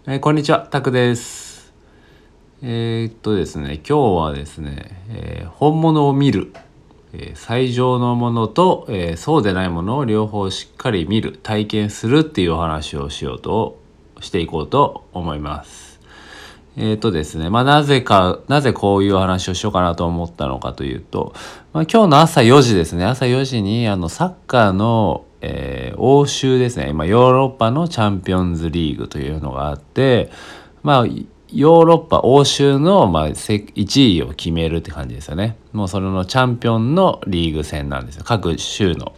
こんにちは、タクです。ですね、今日はですね、本物を見る、最上のものと、そうでないものを両方しっかり見る、体験するっていうお話をしていこうと思います。ですね、なぜこういうお話をしようかなと思ったのかというと、今日の朝4時ですね、朝4時にサッカーの欧州ですね、今ヨーロッパのチャンピオンズリーグというのがあって、ヨーロッパ欧州の1位を決めるって感じですよね。もうそれのチャンピオンのリーグ戦なんですよ、各州の。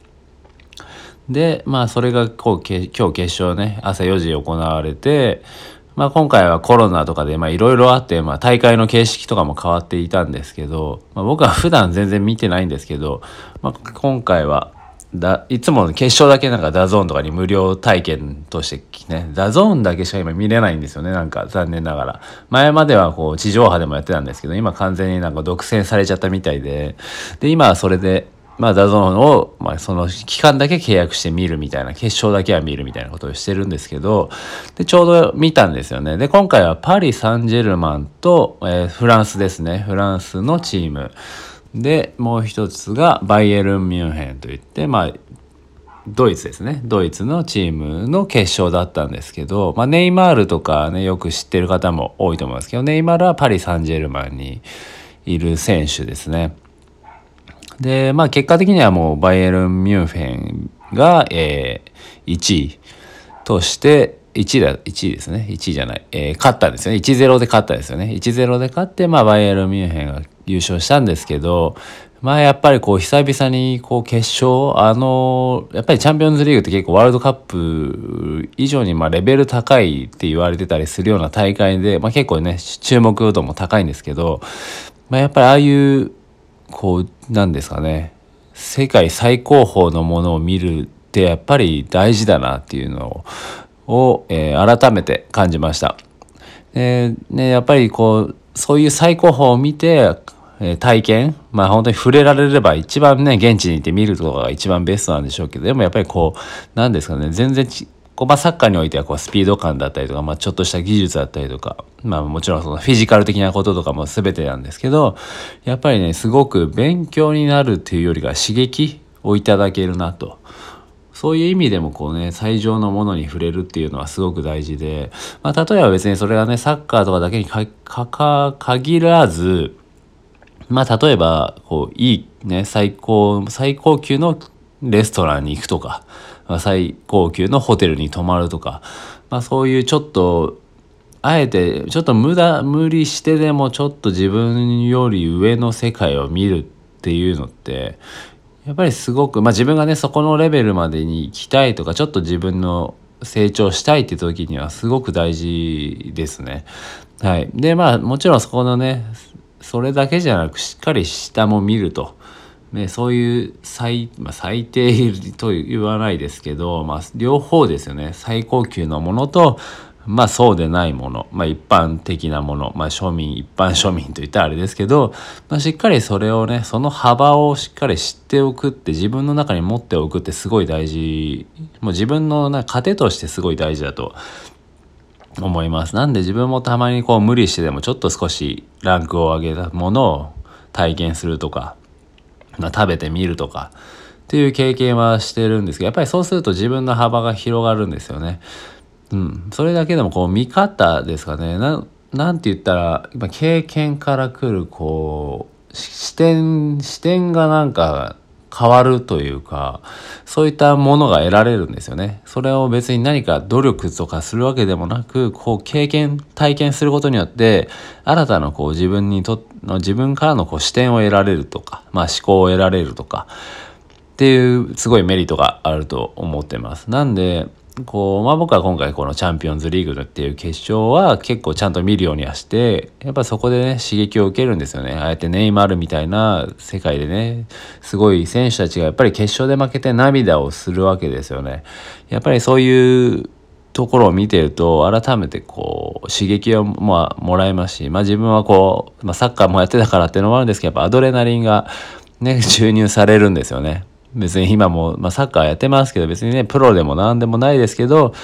でそれが今日決勝ね、朝4時に行われて、今回はコロナとかでいろいろあって、大会の形式とかも変わっていたんですけど、僕は普段全然見てないんですけど、今回はいつもの決勝だけダゾーンとかに無料体験としてね、ダゾーンだけしか今見れないんですよね。残念ながら前までは地上波でもやってたんですけど、今完全に独占されちゃったみたいで、今はそれでダゾーンを、その期間だけ契約して見るみたいな、決勝だけは見るみたいなことをしてるんですけど、でちょうど見たんですよね。で今回はパリ・サンジェルマンと、フランスですね、フランスのチームで、もう一つがバイエルン・ミュンヘンといって、ドイツですね、ドイツのチームの決勝だったんですけど、ネイマールとかね、よく知ってる方も多いと思いますけど、ネイマールはパリ・サンジェルマンにいる選手ですね。で結果的にはもうバイエルン・ミュンヘンが、1位として1位ですね、1位じゃない、勝ったんですよね。 1-0 で勝ったんですよね。 1-0 で勝って、バイエルン・ミュンヘンが優勝したんですけど、やっぱり久々に決勝、やっぱりチャンピオンズリーグって結構ワールドカップ以上にレベル高いって言われてたりするような大会で、結構ね注目度も高いんですけど、やっぱりああいうなんですかね、世界最高峰のものを見るってやっぱり大事だなっていうのを、改めて感じました。やっぱりそういう最高峰を見て、体験、本当に触れられれば一番ね、現地に行って見るとかが一番ベストなんでしょうけど、でもやっぱりなんですかね、全然サッカーにおいてはスピード感だったりとか、ちょっとした技術だったりとか、もちろんそのフィジカル的なこととかも全てなんですけど、やっぱりね、すごく勉強になるっていうよりが刺激をいただけるなと。そういう意味でも最上のものに触れるっていうのはすごく大事で、例えば別にそれがね、サッカーとかだけに限らず、例えばいいね、最高級のレストランに行くとか、最高級のホテルに泊まるとか、そういうちょっとあえてちょっと無理してでもちょっと自分より上の世界を見るっていうのって、やっぱりすごく自分がね、そこのレベルまでに行きたいとか、ちょっと自分の成長したいって時にはすごく大事ですね。はい。でもちろんそこのね、それだけじゃなくしっかり下も見ると、そういう最低と言わないですけど、両方ですよね。最高級のものとそうでないもの、一般的なもの、一般庶民といったらあれですけど、しっかりそれをね、その幅をしっかり知っておくって、自分の中に持っておくってすごい大事、もう自分の糧としてすごい大事だと思います。なんで自分もたまに無理してでもちょっと少しランクを上げたものを体験するとか、食べてみるとかっていう経験はしてるんですけど、やっぱりそうすると自分の幅が広がるんですよね。それだけでも見方ですかね。なんて言ったら、今経験から来る視点が変わるというか、そういったものが得られるんですよね。それを別に何か努力とかするわけでもなく、体験することによって新たな自分からの視点を得られるとか、思考を得られるとかっていうすごいメリットがあると思ってます。なんで僕は今回このチャンピオンズリーグっていう決勝は結構ちゃんと見るようにはして、やっぱそこでね、刺激を受けるんですよね。ああやってネイマールみたいな世界でね、すごい選手たちがやっぱり決勝で負けて涙をするわけですよね。やっぱりそういうところを見てると改めて刺激をもらえますし、自分はサッカーもやってたからっていうのもあるんですけど、やっぱアドレナリンがね、注入されるんですよね。別に今も、サッカーやってますけど、別にね、プロでも何でもないですけど、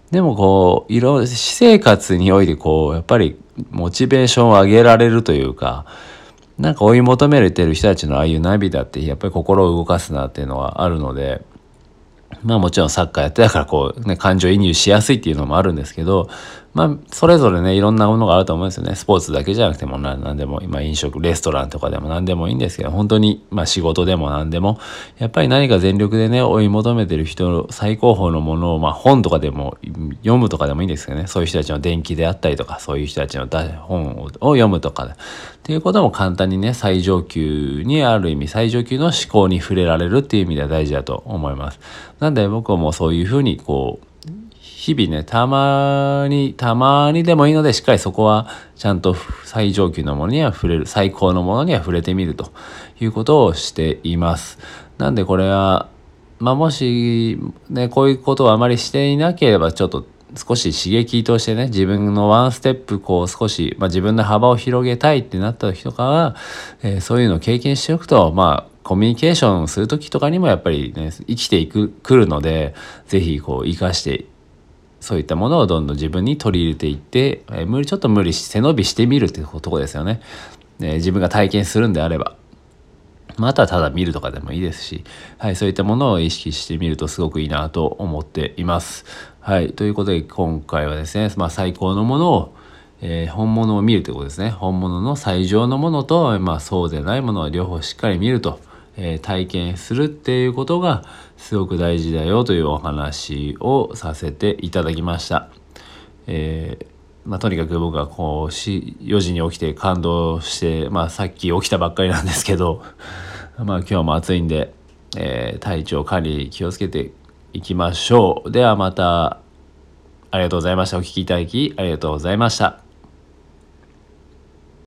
でもこう私生活においてこうやっぱりモチベーションを上げられるというか、なんか追い求められてる人たちのああいう涙ってやっぱり心を動かすなっていうのはあるので、まあもちろんサッカーやってたからこうね、感情移入しやすいっていうのもあるんですけど、まあそれぞれね、いろんなものがあると思うんですよね。スポーツだけじゃなくても何でも、今飲食、レストランとかでも何でもいいんですけど、本当にまあ仕事でも何でも、やっぱり何か全力でね、追い求めてる人の最高峰のものを、まあ本とかでも読むとかでもいいんですけどね、そういう人たちの伝記であったりとか、そういう人たちの本を読むとか、っていうことも簡単にね、最上級にある意味、最上級の思考に触れられるっていう意味では大事だと思います。なんで僕はもうそういうふうにこう、日々ね、たまにでもいいので、しっかりそこはちゃんと最上級のものには触れる、最高のものには触れてみるということをしています。なんでこれは、まあもしね、こういうことをあまりしていなければ、ちょっと少し刺激としてね、自分のワンステップこう少し、まあ、自分の幅を広げたいってなった時とかは、そういうのを経験しておくと、まあコミュニケーションする時とかにもやっぱりね、生きてくるので、ぜひこう生かしてそういったものをどんどん自分に取り入れていって、ちょっと無理し背伸びしてみるっていうところですよね。自分が体験するんであれば、まあ、あとはただ見るとかでもいいですし、はい、そういったものを意識してみるとすごくいいなと思っています。はい、ということで今回はですね、まあ、最高のものを、本物を見るということですね。本物の最上のものと、まあ、そうでないものを両方しっかり見ると。体験するっていうことがすごく大事だよというお話をさせていただきました。まあ、とにかく僕はこう4時に起きて感動して、まあ、さっき起きたばっかりなんですけど、まあ、今日も暑いんで、体調管理気をつけていきましょう。ではまた、ありがとうございました。お聞きいただきありがとうございました。